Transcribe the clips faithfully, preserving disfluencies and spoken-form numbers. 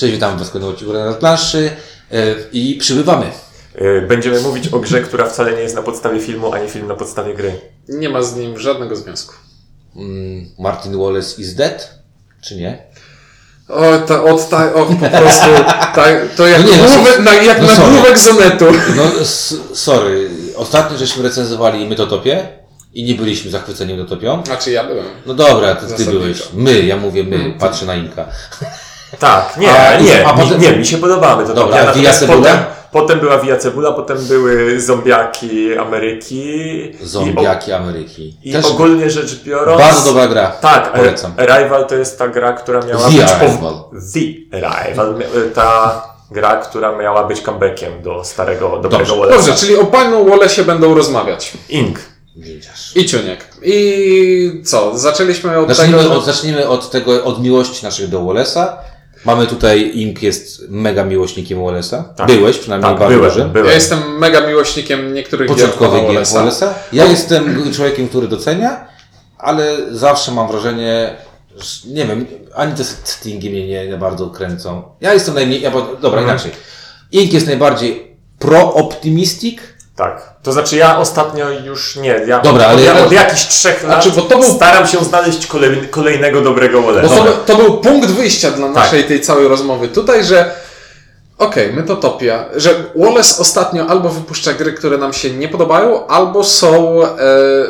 Cześć, witam was w kolejnym odcinku na planszy i przybywamy. Będziemy mówić o grze, która wcale nie jest na podstawie filmu, ani film na podstawie gry. Nie ma z nim żadnego związku. Mm, Martin Wallace is dead? Czy nie? O, ta, od ta, o, po prostu, ta, to jak, no nie, główek, no, na, jak no nagłówek Zonetu. No s- sorry, ostatnio żeśmy recenzowali Mytotopię i nie byliśmy zachwyceni Mytotopią. Znaczy ja byłem. No dobra, ty, ty Zasadniczo. byłeś. My, ja mówię my, hmm. patrzę na Inka. Tak, nie, a, nie, a mi, potem... nie, mi się podobały to. Dobra, ja, Via Cebula? Potem, potem była Via Cebula, potem były Zombiaki Ameryki. Zombiaki i o, Ameryki. I Też ogólnie rzecz biorąc... Bardzo dobra gra. Tak, polecam. Arrival to jest ta gra, która miała The być... Arrival. The Arrival. Ta gra, która miała być comebackiem do starego, dobrego Wallace'a. Dobrze, czyli o panu Wallace'ie będą rozmawiać. Ink. Wiedziesz. I Ciuniek. I co? Zaczęliśmy od zacznijmy tego... Od, zacznijmy od tego, od miłości naszych do Wallace'a. Mamy tutaj, Ink jest mega miłośnikiem Wallace'a. Tak. Byłeś przynajmniej tak, bardzo byłem, dużym. Ja jestem mega miłośnikiem niektórych początkowych gier Wallace'a. Wallace'a. Ja jestem człowiekiem, który docenia, ale zawsze mam wrażenie, że nie wiem, ani te settingi mnie nie, nie bardzo kręcą. Ja jestem najmniej, ja, dobra, mhm. inaczej. Ink jest najbardziej pro-optimistic. Tak. To znaczy ja ostatnio już nie, ja Dobra, od, ale ja, ja... od jakichś trzech lat znaczy, bo to był... staram się znaleźć kolej, kolejnego dobrego Wallace'a. Bo to, to był punkt wyjścia dla naszej tak. tej całej rozmowy tutaj, że okej, okay, Mytotopia, że Wallace ostatnio albo wypuszcza gry, które nam się nie podobają, albo są e,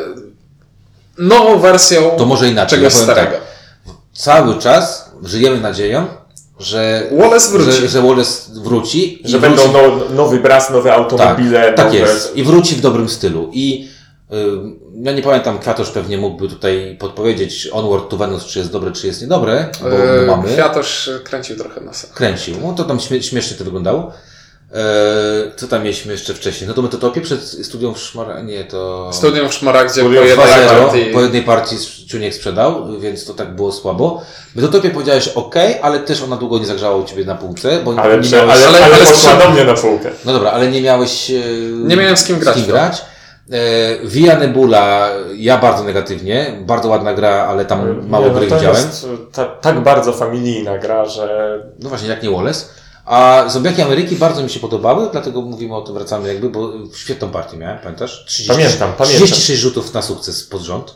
nową wersją to może inaczej, czegoś ja starego. Tak, cały czas żyjemy nadzieją, że Wallace wróci. Że, że Wallace wróci. Że i będą wróci... no, nowy braz, nowe automobile. Tak, tak nowe... jest. I wróci w dobrym stylu. I yy, ja nie pamiętam, Kwiatosz pewnie mógłby tutaj podpowiedzieć Onward to Venus, czy jest dobre, czy jest niedobre, bo yy, mamy. Kwiatosz kręcił trochę nosa. Kręcił. No to tam śmie- śmiesznie to wyglądało. Yy, co tam mieliśmy jeszcze wcześniej? No to Mytotopię przed studium w Szmara... Nie, to... Studium w Szmaragdzie po jednej partii... po jednej partii Ciuniek sprzedał, więc to tak było słabo. Mytotopię powiedziałeś ok, ale też ona długo nie zagrzała u Ciebie na półce, bo ale nie prze, miałeś... ale, ale, ale, ale poszła do mnie na półkę. No dobra, ale nie miałeś... Yy, nie miałem z kim grać. Z kim grać. E, Via Nebula, ja bardzo negatywnie, bardzo ładna gra, ale tam mało nie, gry no widziałem. To jest ta, tak bardzo familijna gra, że... No właśnie, jak nie Wallace. A Zombiaki Ameryki bardzo mi się podobały, dlatego mówimy o tym, wracamy jakby, bo świetną partię miałem, pamiętasz? trzydzieści, pamiętam, pamiętam. trzydzieści sześć rzutów na sukces pod rząd.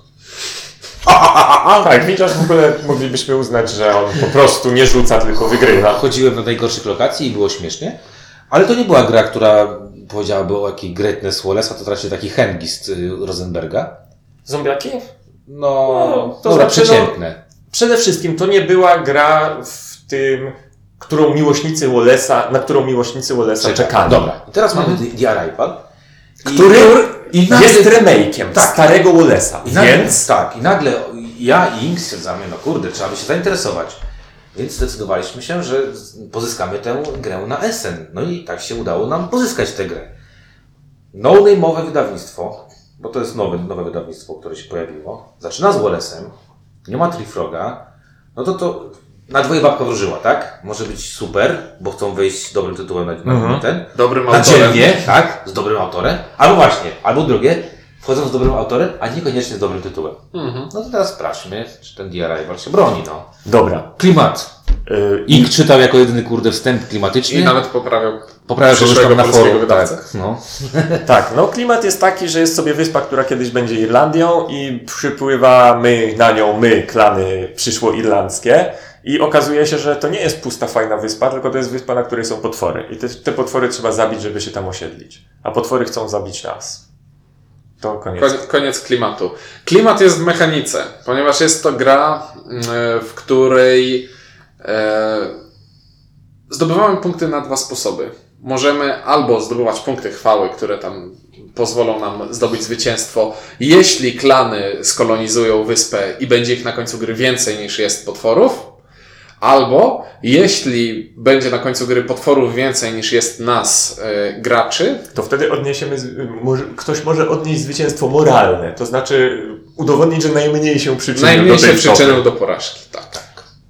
Tak, Wicharz w ogóle moglibyśmy uznać, że on po prostu nie rzuca, tylko wygrywa. Chodziłem na najgorszych lokacji i było śmiesznie, ale to nie była gra, która powiedziałaby o jakiej greatness Wallace'a, to raczej taki Hengist Rosenberga. Zombiaki? No, no to dobra, znaczy, przeciętne. No, przede wszystkim to nie była gra w tym, którą miłośnicy Wallace'a, na którą miłośnicy Wallace'a czekali. Dobra, i teraz mamy mhm. The Arrival, który i nagle, jest remake'iem tak, starego Wallace'a, i nagle, więc... Tak, i nagle ja i Ink stwierdzamy, no kurde, trzeba by się zainteresować. Więc zdecydowaliśmy się, że pozyskamy tę grę na Essen. No i tak się udało nam pozyskać tę grę. No-name'owe wydawnictwo, bo to jest nowe, nowe wydawnictwo, które się pojawiło. Zaczyna z Wallace'em, nie ma Trifroga, no to to na dwoje babka wróżyła, tak? Może być super, bo chcą wejść z dobrym tytułem na, na mhm. ten. Dobrym na autorem. Dzielnie, tak? Z dobrym autorem. Albo właśnie, albo drugie, wchodzą z dobrym autorem, a niekoniecznie z dobrym tytułem. Mhm. No to teraz sprawdźmy, czy ten The Arrival się broni, no. Dobra. Klimat. Yy, Ink czytał jako jedyny kurde wstęp klimatyczny. I nawet poprawiał Poprawiał kogoś tam na forum. Wydawcę. Tak, no. tak, no klimat jest taki, że jest sobie wyspa, która kiedyś będzie Irlandią i przypływamy na nią my, klany przyszłoirlandzkie. I okazuje się, że to nie jest pusta, fajna wyspa, tylko to jest wyspa, na której są potwory. I te, te potwory trzeba zabić, żeby się tam osiedlić. A potwory chcą zabić nas. To koniec. Koniec, koniec klimatu. Klimat jest w mechanice, ponieważ jest to gra, w której e, zdobywamy punkty na dwa sposoby. Możemy albo zdobywać punkty chwały, które tam pozwolą nam zdobyć zwycięstwo, jeśli klany skolonizują wyspę i będzie ich na końcu gry więcej niż jest potworów, albo jeśli będzie na końcu gry potworów więcej niż jest nas e, graczy, to wtedy odniesiemy, może, ktoś może odnieść zwycięstwo moralne, to znaczy udowodnić, że najmniej się przyczynił najmniej do tej się przyczynił do porażki. Tak. tak.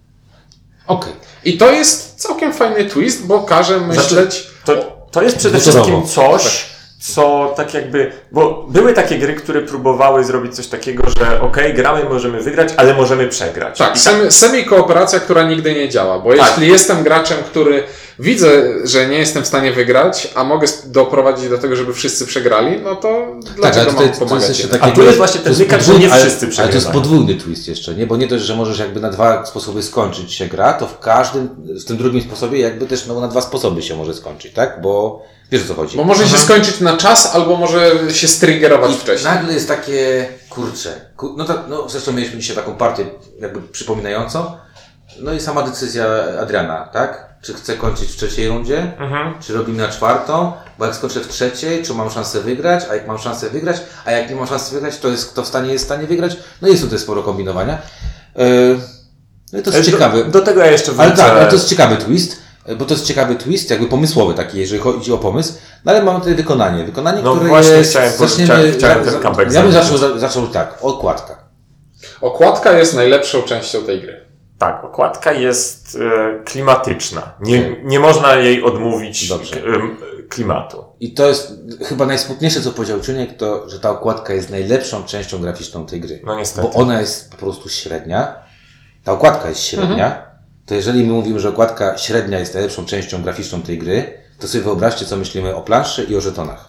Okej. Okay. I to jest całkiem fajny twist, bo każe myśleć... Znaczy, to, to jest przede wszystkim coś, co tak jakby, bo były takie gry, które próbowały zrobić coś takiego, że okej, okay, gramy, możemy wygrać, ale możemy przegrać. Tak, I semi, semi-kooperacja, która nigdy nie działa, bo Tak. jeśli jestem graczem, który widzę, że nie jestem w stanie wygrać, a mogę doprowadzić do tego, żeby wszyscy przegrali, no to dlaczego ale mam tutaj to pomagać? jest jeszcze im? takie- A tu jest właśnie ten wykaz, że nie ale- wszyscy Ale to jest przegrywają. podwójny twist jeszcze, nie? Bo nie dość, że możesz jakby na dwa sposoby skończyć się gra, to w każdym, w tym drugim sposobie jakby też no, na dwa sposoby się może skończyć, tak? Bo wiesz o co chodzi. Bo może się skończyć na czas, albo może się striggerować I wcześniej. nagle jest takie, kurcze, ku, no, tak, no zresztą mieliśmy dzisiaj taką partię jakby przypominającą, no i sama decyzja Adriana, tak? Czy chcę kończyć w trzeciej rundzie, Mhm. czy robimy na czwartą, bo jak skończę w trzeciej, czy mam szansę wygrać, a jak mam szansę wygrać, a jak nie mam szansy wygrać, to jest kto w stanie jest w stanie wygrać, no jest tutaj sporo kombinowania. Yy, no i to jest do, ciekawe. Do tego ja jeszcze wrócę. Ale tak, ale to jest ciekawy twist, bo to jest ciekawy twist, jakby pomysłowy taki, jeżeli chodzi o pomysł, no ale mamy tutaj wykonanie. Wykonanie, No które właśnie jest... chciałem- zaczniemy- chciałem- chciałem ja- ten comeback Ja bym zacząć. zaczął, zaczął tak, okładka. Okładka jest najlepszą częścią tej gry. Tak, okładka jest e, klimatyczna. Nie, nie można jej odmówić Dobrze. k- em, klimatu. I to jest chyba najsmutniejsze, co powiedział Czuniek, to, że ta okładka jest najlepszą częścią graficzną tej gry. No niestety. Bo ona jest po prostu średnia. Ta okładka jest średnia. To jeżeli my mówimy, że okładka średnia jest najlepszą częścią graficzną tej gry, to sobie wyobraźcie, co myślimy o planszy i o żetonach.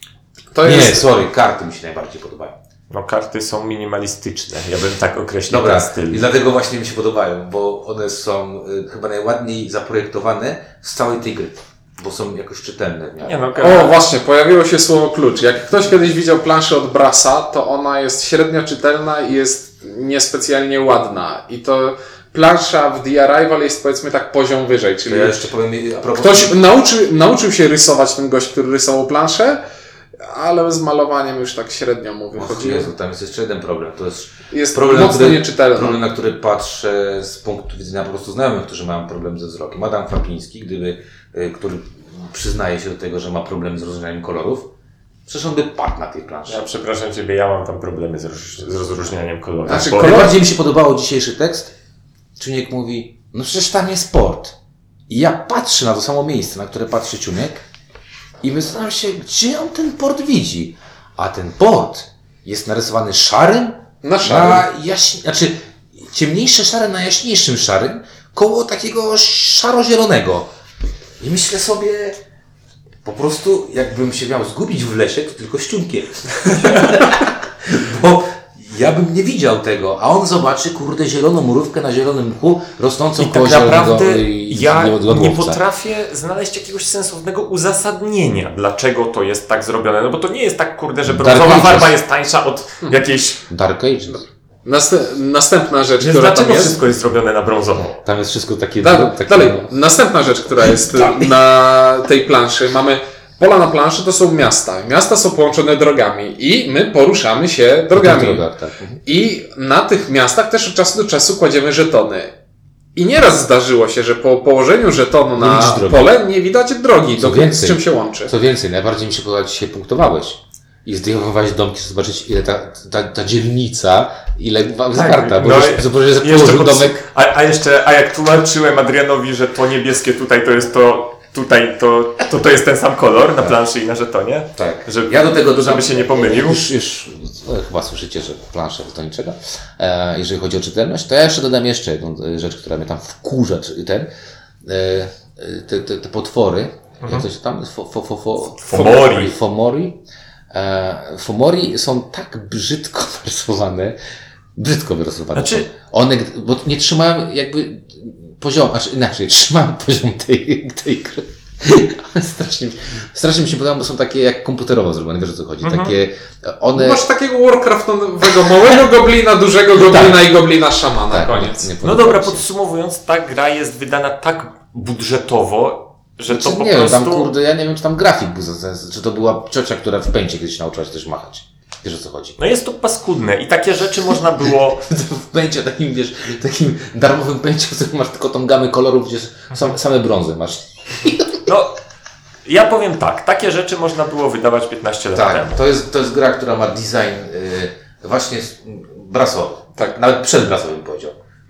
To Nie, jest... sorry, karty mi się najbardziej podobają. No karty są minimalistyczne. Ja bym tak określił Dobra, ten styl. i dlatego właśnie mi się podobają, bo one są y, chyba najładniej zaprojektowane z całej tej gry. Bo są jakoś czytelne. w miarę. Nie no, O, właśnie, pojawiło się słowo klucz. Jak ktoś kiedyś widział planszę od Brasa, to ona jest średnio czytelna i jest niespecjalnie ładna. I to plansza w The Arrival jest powiedzmy tak poziom wyżej, To czyli ja jeszcze powiem a propos... ktoś nauczył, nauczył się rysować ten gość, który rysował planszę, ale z malowaniem już tak średnio mu O wychodzi. Jezu, tam jest jeszcze jeden problem. To jest Jest problem, mocno który, nieczytelny. problem, na który patrzę z punktu widzenia po prostu znajomych, którzy mają problem ze wzrokiem. Adam Kwapiński, gdyby, y, który przyznaje się do tego, że ma problem z rozróżnianiem kolorów, przecież on by padł na tej planszy. Ja przepraszam Ciebie, ja mam tam problemy z, roz, z rozróżnianiem kolorów. Znaczy, bo- kolor- Najbardziej mi się podobał dzisiejszy tekst. Czuniek mówi, no przecież tam jest port. I ja patrzę na to samo miejsce, na które patrzy Czuniek i zastanawiam się, gdzie on ten port widzi. A ten port jest narysowany szarym Na szarym. na jaśni... Znaczy, ciemniejsze szare na jaśniejszym szarym, koło takiego szaro-zielonego. I myślę sobie, po prostu jakbym się miał zgubić w lesie, to tylko ściunkiem. Bo ja bym nie widział tego, a on zobaczy, kurde, zieloną mrówkę na zielonym mchu, rosnącą I koło tak naprawdę zielonego i ja lodowca. nie potrafię znaleźć jakiegoś sensownego uzasadnienia, dlaczego to jest tak zrobione. No bo to nie jest tak, kurde, że brązowa Ages. farba jest tańsza od jakiejś... Dark Ages. Nast- następna rzecz, Więc która tam dlaczego jest. wszystko jest zrobione na brązowo? Tam jest wszystko takie... Da, takie dalej, następna rzecz, która jest na tej planszy. Mamy pola na planszy, to są miasta. Miasta są połączone drogami i my poruszamy się drogami. drogach, tak. Mhm. I na tych miastach też od czasu do czasu kładziemy żetony. I nieraz zdarzyło się, że po położeniu żetonu Nie widzisz na drogi. pole nie widać drogi, Co do, z więcej, czym się łączy. Co więcej, najbardziej mi się podoba, jak dzisiaj punktowałeś. I zdejmowałeś domki, żeby zobaczyć, ile ta, ta, ta dzielnica, ile wam zawarta. Bo no już i- zobaczyłeś, że Jeszcze położył pod- domek. A, a jeszcze, a jak tłumaczyłem Adrianowi, że to niebieskie tutaj to jest to, tutaj to, to, to jest ten sam kolor na planszy i na żetonie. Tak. Że, Ja do tego dodam, żeby się nie pomylił. Już, już no, chyba słyszycie, że plansza to niczego. E, jeżeli chodzi o czytelność, to ja jeszcze dodam jeszcze jedną e, rzecz, która mnie tam wkurza, czy ten, e, e, te, te, te potwory, jak to się tam, fo, fo, fo, fo, Fomori. Fomori. E, Fomori są tak brzydko narysowane, brzydko wyrysowane. Znaczy- są. One, bo nie trzymają jakby poziom, znaczy inaczej, trzymają poziom tej, tej gry. Ale strasznie, strasznie mi się podobają, bo są takie jak komputerowo zrobione, wiesz o co chodzi. Takie, one... Masz takiego Warcraftowego małego goblina, dużego goblina i goblina szamana. Tak, Koniec. nie- nie No podoba dobra, mi się. podsumowując, ta gra jest wydana tak budżetowo, że to Znaczy, po nie wiem, prostu... tam kurde, ja nie wiem, czy tam grafik był za sens, czy to była ciocia, która w pęcie kiedyś nauczyła się też machać. Wiesz o co chodzi. No jest to paskudne i takie rzeczy można było... W pęcie takim, wiesz, takim darmowym pęcie, w którym masz tylko tą gamę kolorów, gdzie są same brązy masz. No, ja powiem tak, takie rzeczy można było wydawać piętnaście lat Tak, temu. to jest, to jest gra, która ma design yy, właśnie z- brasowy. Tak. Nawet przedbrasowy bym powiedział.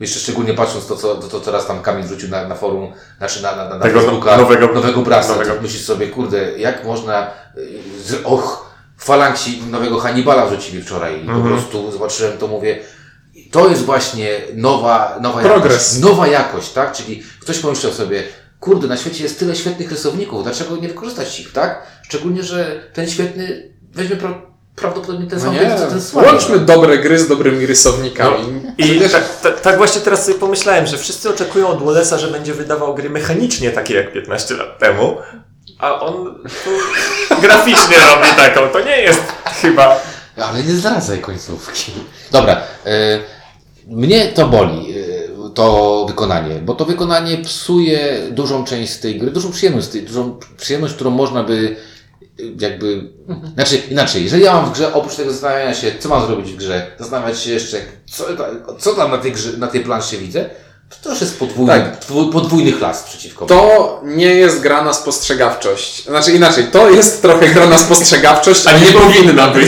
Jeszcze szczególnie patrząc to, co, to, to teraz tam Kamil wrzucił na, na forum, znaczy na, na, na Tego Facebooka, nowego- nowego brasa, nowego- to myślisz sobie, kurde, jak można, y, z, och, falanksi nowego Hannibala wrzucili wczoraj i po prostu zobaczyłem to, mówię, to jest właśnie nowa, nowa Progres. jakość, nowa jakość, tak? Czyli ktoś pomyślał sobie, kurde, na świecie jest tyle świetnych rysowników, dlaczego nie wykorzystać ich, tak? Szczególnie, że ten świetny weźmie pra, prawdopodobnie ten No sam nie, tekst, co ten słaby. łączmy dobre gry z dobrymi rysownikami. I Przecież- tak, tak, tak właśnie teraz sobie pomyślałem, że wszyscy oczekują od Wallace'a, że będzie wydawał gry mechanicznie takie jak piętnaście lat temu, a on tu graficznie robi taką. To nie jest chyba... Ale nie zdradzaj końcówki. Dobra, e, mnie to boli, e, to wykonanie, bo to wykonanie psuje dużą część z tej gry, dużą przyjemność, z tej, dużą przyjemność, którą można by e, jakby, znaczy inaczej, jeżeli ja mam w grze, oprócz tego zastanawiania się, co mam zrobić w grze, zastanawiać się jeszcze, co, ta- co tam na tej, grze, na tej planszy widzę, to to już jest podwójny, Tak. podwój- podwójny klas przeciwko mnie. To nie jest gra na spostrzegawczość. Znaczy inaczej, to jest trochę gra na spostrzegawczość, a nie powinna być.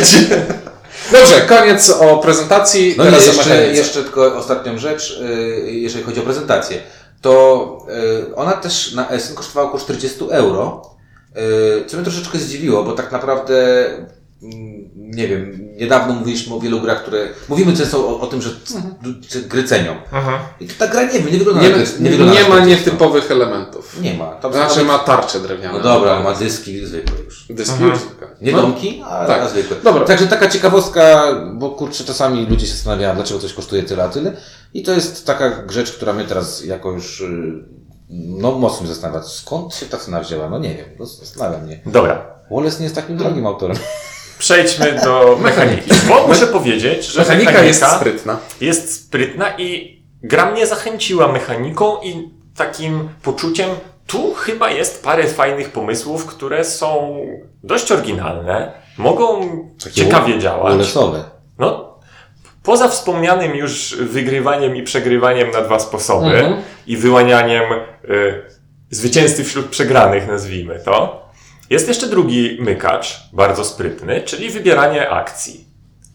Dobrze, koniec o prezentacji. No nie, teraz o jeszcze, mechanice. jeszcze tylko ostatnią rzecz, yy, jeżeli chodzi o prezentację, to yy, ona też na Essen kosztowała około czterdzieści euro, yy, co mnie troszeczkę zdziwiło, bo tak naprawdę, mm, nie wiem, niedawno mówiliśmy o wielu grach, które, mówimy często o, o tym, że, że gry cenią. I to ta gra nie wiem, nie wygląda Nie, na nie, nie, wygląda nie na ma czterdzieści. nietypowych elementów. Nie ma. Tam Znaczy nawet- ma tarcze drewniane. No dobra, ale ma dyski zwykłe już. Dyski już zwykłe. Nie No. domki, a, tak. a zwykłe. Dobra. Także taka ciekawostka, bo kurczę, czasami ludzie się zastanawiają, dlaczego coś kosztuje tyle, a tyle. I to jest taka rzecz, która mnie teraz jako już, y, no mocno mnie zastanawia. Skąd się ta cena wzięła? No nie wiem, no, zastanawia mnie. Dobra. Wallace nie jest takim drogim autorem. Przejdźmy do mechaniki. Bo muszę powiedzieć, że Mechanika, mechanika jest sprytna. jest sprytna i gra mnie zachęciła mechaniką i takim poczuciem, tu chyba jest parę fajnych pomysłów, które są dość oryginalne, mogą ciekawie działać. Wallace'owe. No, poza wspomnianym już wygrywaniem i przegrywaniem na dwa sposoby Mhm. i wyłanianiem y, zwycięzcy wśród przegranych, nazwijmy to, jest jeszcze drugi mykacz, bardzo sprytny, czyli wybieranie akcji.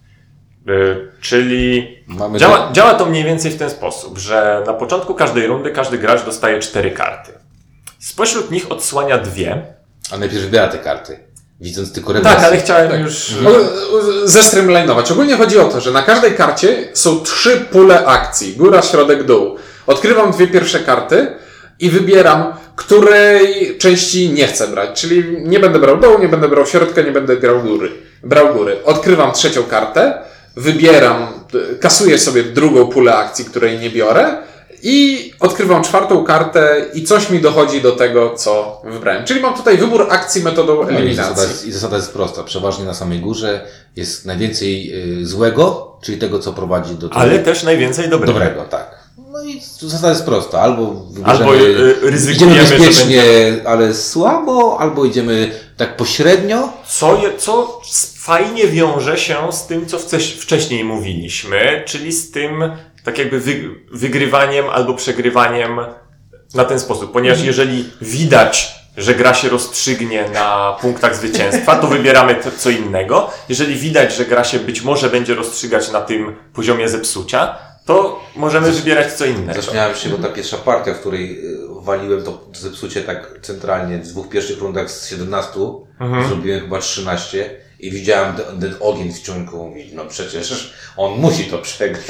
Y, czyli Mamy działa, działa to mniej więcej w ten sposób, że na początku każdej rundy każdy gracz dostaje cztery karty. Spośród nich odsłania dwie. A najpierw wybiera te karty, widząc tylko rewersję. Tak, ale chciałem już... No, zestreamlinować. Ogólnie chodzi o to, że na każdej karcie są trzy pule akcji. Góra, środek, dół. Odkrywam dwie pierwsze karty i wybieram, której części nie chcę brać. Czyli nie będę brał dołu, nie będę brał środka, nie będę grał góry. Brał góry. Odkrywam trzecią kartę, wybieram, kasuję sobie drugą pulę akcji, której nie biorę i odkrywam czwartą kartę i coś mi dochodzi do tego, co wybrałem. Czyli mam tutaj wybór akcji metodą No i, zasada eliminacji. jest, I zasada jest prosta. Przeważnie na samej górze jest najwięcej y, złego, czyli tego, co prowadzi do tego Ale też najwięcej dobrego. dobrego, tak. No i zasada jest prosta. Albo wybierzemy, Albo y, ryzykujemy, idziemy że bezpiecznie, ale słabo, albo idziemy tak pośrednio. Co, je, co fajnie wiąże się z tym, co wce- wcześniej mówiliśmy, czyli z tym tak jakby wy, wygrywaniem albo przegrywaniem na ten sposób. Ponieważ jeżeli widać, że gra się rozstrzygnie na punktach zwycięstwa, to wybieramy to, co innego. Jeżeli widać, że gra się być może będzie rozstrzygać na tym poziomie zepsucia, to możemy wybierać co innego. Zaśmiałem się, bo ta pierwsza partia, w której y, waliłem to zepsucie tak centralnie w dwóch pierwszych rundach z siedemnastu, zrobiłem chyba trzynaście i widziałem ten, ten ogień w ciągu. Mówi, no przecież on musi to przegrać.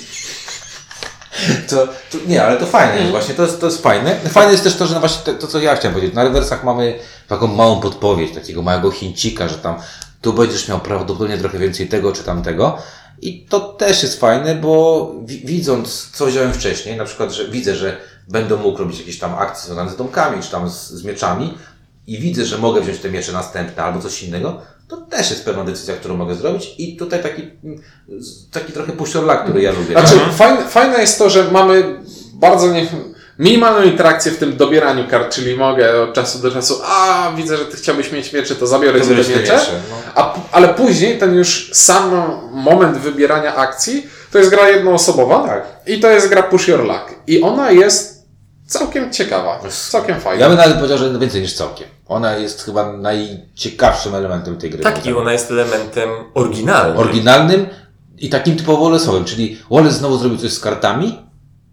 To, to, nie, ale to fajne jest właśnie, to jest, to jest fajne. Fajne jest też to, że no właśnie to, to, co ja chciałem powiedzieć, na rewersach mamy taką małą podpowiedź, takiego małego chincika, że tam tu będziesz miał prawdopodobnie trochę więcej tego czy tamtego. I to też jest fajne, bo wi- widząc, co wziąłem wcześniej, na przykład, że widzę, że będę mógł robić jakieś tam akcje związane z domkami, czy tam z, z mieczami i widzę, że mogę wziąć te miecze następne albo coś innego, to też jest pewna decyzja, którą mogę zrobić i tutaj taki, mm, taki trochę puściorlak, który ja lubię. Znaczy, fajne, fajne jest to, że mamy bardzo nie, minimalną interakcję w tym dobieraniu kart, czyli mogę od czasu do czasu, a widzę, że ty chciałbyś mieć miecze, to zabiorę To sobie bierz te miecze. miecze, no. A, p- ale później ten już sam moment wybierania akcji, to jest gra jednoosobowa Tak. i to jest gra push your luck. I ona jest całkiem ciekawa, całkiem fajna. Ja bym nawet powiedział, że więcej niż całkiem. Ona jest chyba najciekawszym elementem tej gry. Tak, i ona jest elementem oryginalnym. Oryginalnym i takim typowo Wallace'owym, czyli Wallace znowu zrobił coś z kartami,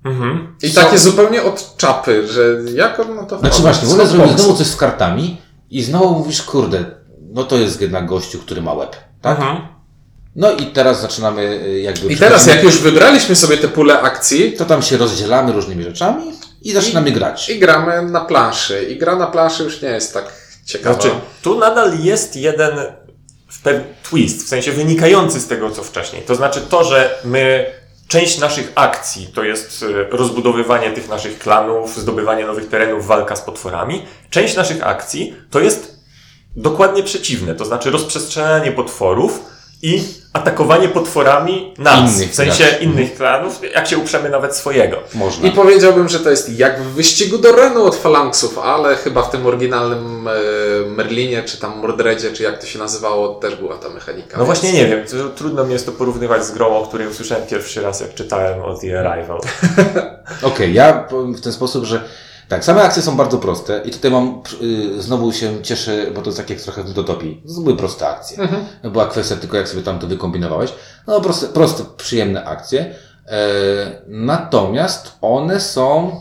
Mhm. I Są- takie zupełnie od czapy, że jak on na to Znaczy wpadł? właśnie, w ogóle Są zrobił pomysły. znowu coś z kartami i znowu mówisz, kurde, no to jest jednak gościu, który ma łeb, tak? Mhm. No i teraz zaczynamy y, jakby... I teraz przechodzimy- jak już wybraliśmy sobie te pule akcji, to tam się rozdzielamy różnymi rzeczami i zaczynamy grać. i gramy na planszy. I gra na planszy już nie jest tak ciekawa. Znaczy, tu nadal jest jeden w pew- twist, w sensie wynikający z tego, co wcześniej. To znaczy to, że my część naszych akcji to jest y, rozbudowywanie tych naszych klanów, zdobywanie nowych terenów, walka z potworami. Część naszych akcji to jest dokładnie przeciwne, to znaczy rozprzestrzenianie potworów i atakowanie potworami nas, Innych w sensie graczy. innych klanów, jak się uprzemy nawet swojego. Można. I powiedziałbym, że to jest jak w wyścigu do Renu od Falanksów, ale chyba w tym oryginalnym e, Merlinie, czy tam Mordredzie, czy jak to się nazywało, też była ta mechanika. No więc- właśnie nie wiem, to trudno mi jest to porównywać z grą, o której usłyszałem pierwszy raz, jak czytałem o The Arrival. Okej, ja powiem w ten sposób, że tak, same akcje są bardzo proste i tutaj mam, y, znowu się cieszę, bo to jest tak jak trochę w Ludotopii. To były proste akcje. Mhm. No była kwestia tylko jak sobie tam to wykombinowałeś. No proste, proste przyjemne akcje. E, natomiast one są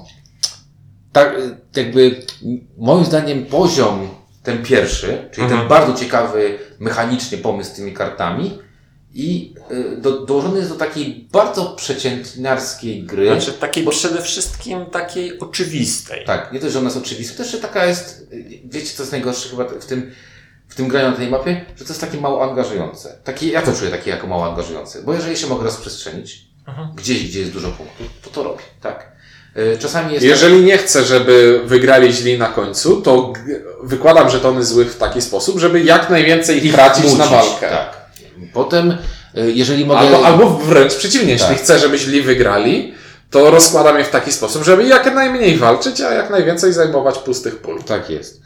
tak y, jakby moim zdaniem poziom ten pierwszy, czyli Mhm. ten bardzo ciekawy mechanicznie pomysł z tymi kartami i y, do, dołożony jest do takiej bardzo przeciętniarskiej gry. Znaczy takiej przede wszystkim takiej oczywistej. Tak, nie dość, że ona jest oczywista, to jeszcze taka jest, wiecie co jest najgorsze chyba w tym, w tym graniu na tej mapie, że to jest takie mało angażujące. Takie, ja to czuję takie jako mało angażujące, bo jeżeli się mogę rozprzestrzenić, Mhm. gdzieś, gdzie jest dużo punktów, to to robię, tak. Y, Czasami jest Jeżeli nie chcę, żeby wygrali źli na końcu, to g- wykładam żetony złych w taki sposób, żeby jak najwięcej ich tracić na mucić, walkę. Tak. Potem, y, jeżeli mogę... Albo, albo wręcz przeciwnie, jeśli Tak. chcę, żeby źli wygrali, to rozkładam je w taki sposób, żeby jak najmniej walczyć, a jak najwięcej zajmować pustych pól. Tak jest.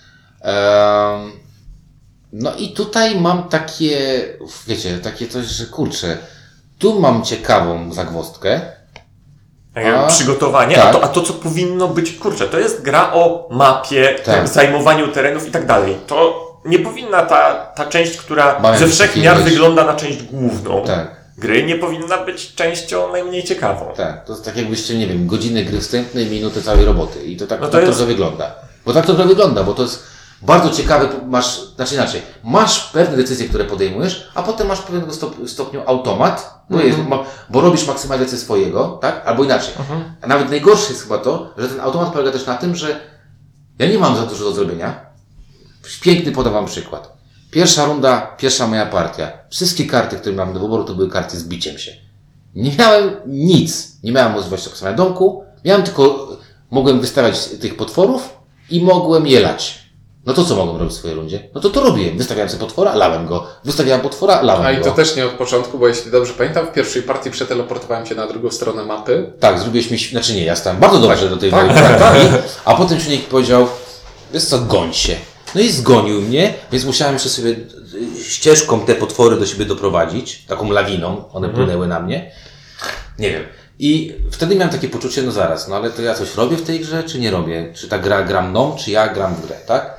Em, no i tutaj mam takie, wiecie, takie coś, że kurczę, tu mam ciekawą zagwozdkę. Takie A, przygotowanie, tak. a, to, a to co powinno być, kurczę, to jest gra o mapie, Tak. zajmowaniu terenów i tak dalej. To nie powinna ta, ta część, która Mają ze coś wszech takiego miar być. wygląda na część główną Tak. gry, nie powinna być częścią najmniej ciekawą. Tak, to jest tak jakbyście, nie wiem, godziny gry wstępnej, minuty całej roboty. I to tak, No to tak jest- trochę wygląda. Bo tak to trochę wygląda, bo to jest bardzo ciekawe, masz, znaczy inaczej, masz pewne decyzje, które podejmujesz, a potem masz pewnego stop, stopniu automat, bo, jest, ma, bo robisz maksymalizację swojego, tak? Albo inaczej. A nawet najgorsze jest chyba to, że ten automat polega też na tym, że ja nie mam za dużo do zrobienia. Piękny podam wam przykład. Pierwsza runda, pierwsza moja partia. Wszystkie karty, które miałem do wyboru, to były karty z biciem się. Nie miałem nic. Nie miałem możliwości określenia domku. Miałem tylko, mogłem wystawiać tych potworów i mogłem je lać. No to co mogłem robić w swojej rundzie? No to to robiłem. Wystawiałem sobie potwora, lałem go. Wystawiałem potwora, lałem A i go. to też nie od początku, bo jeśli dobrze pamiętam, w pierwszej partii przeteleportowałem cię na drugą stronę mapy. Tak, zrobiłeś mi, znaczy nie, ja stałem bardzo dobrze do tej tak, mojej tak, partii, a potem człowiek powiedział, wiesz co, goń się. No i zgonił mnie, więc musiałem jeszcze sobie y, ścieżką te potwory do siebie doprowadzić, taką lawiną, one płynęły na mnie. Nie wiem. I wtedy miałem takie poczucie, no zaraz, no ale to ja coś robię w tej grze, czy nie robię? Czy ta gra gra mną, czy ja gram w grę, tak?